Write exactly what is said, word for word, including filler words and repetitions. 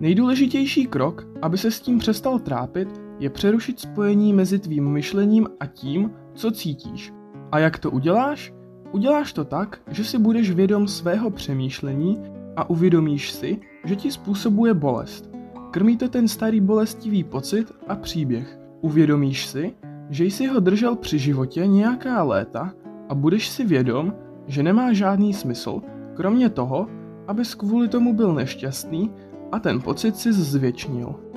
Nejdůležitější krok, aby se s tím přestal trápit, je přerušit spojení mezi tvým myšlením a tím, co cítíš. A jak to uděláš? Uděláš to tak, že si budeš vědom svého přemýšlení a uvědomíš si, že ti způsobuje bolest. Krmí to ten starý bolestivý pocit a příběh. Uvědomíš si, že jsi ho držel při životě nějaká léta a budeš si vědom, že nemá žádný smysl, kromě toho, abys kvůli tomu byl nešťastný a ten pocit si zvětšnil.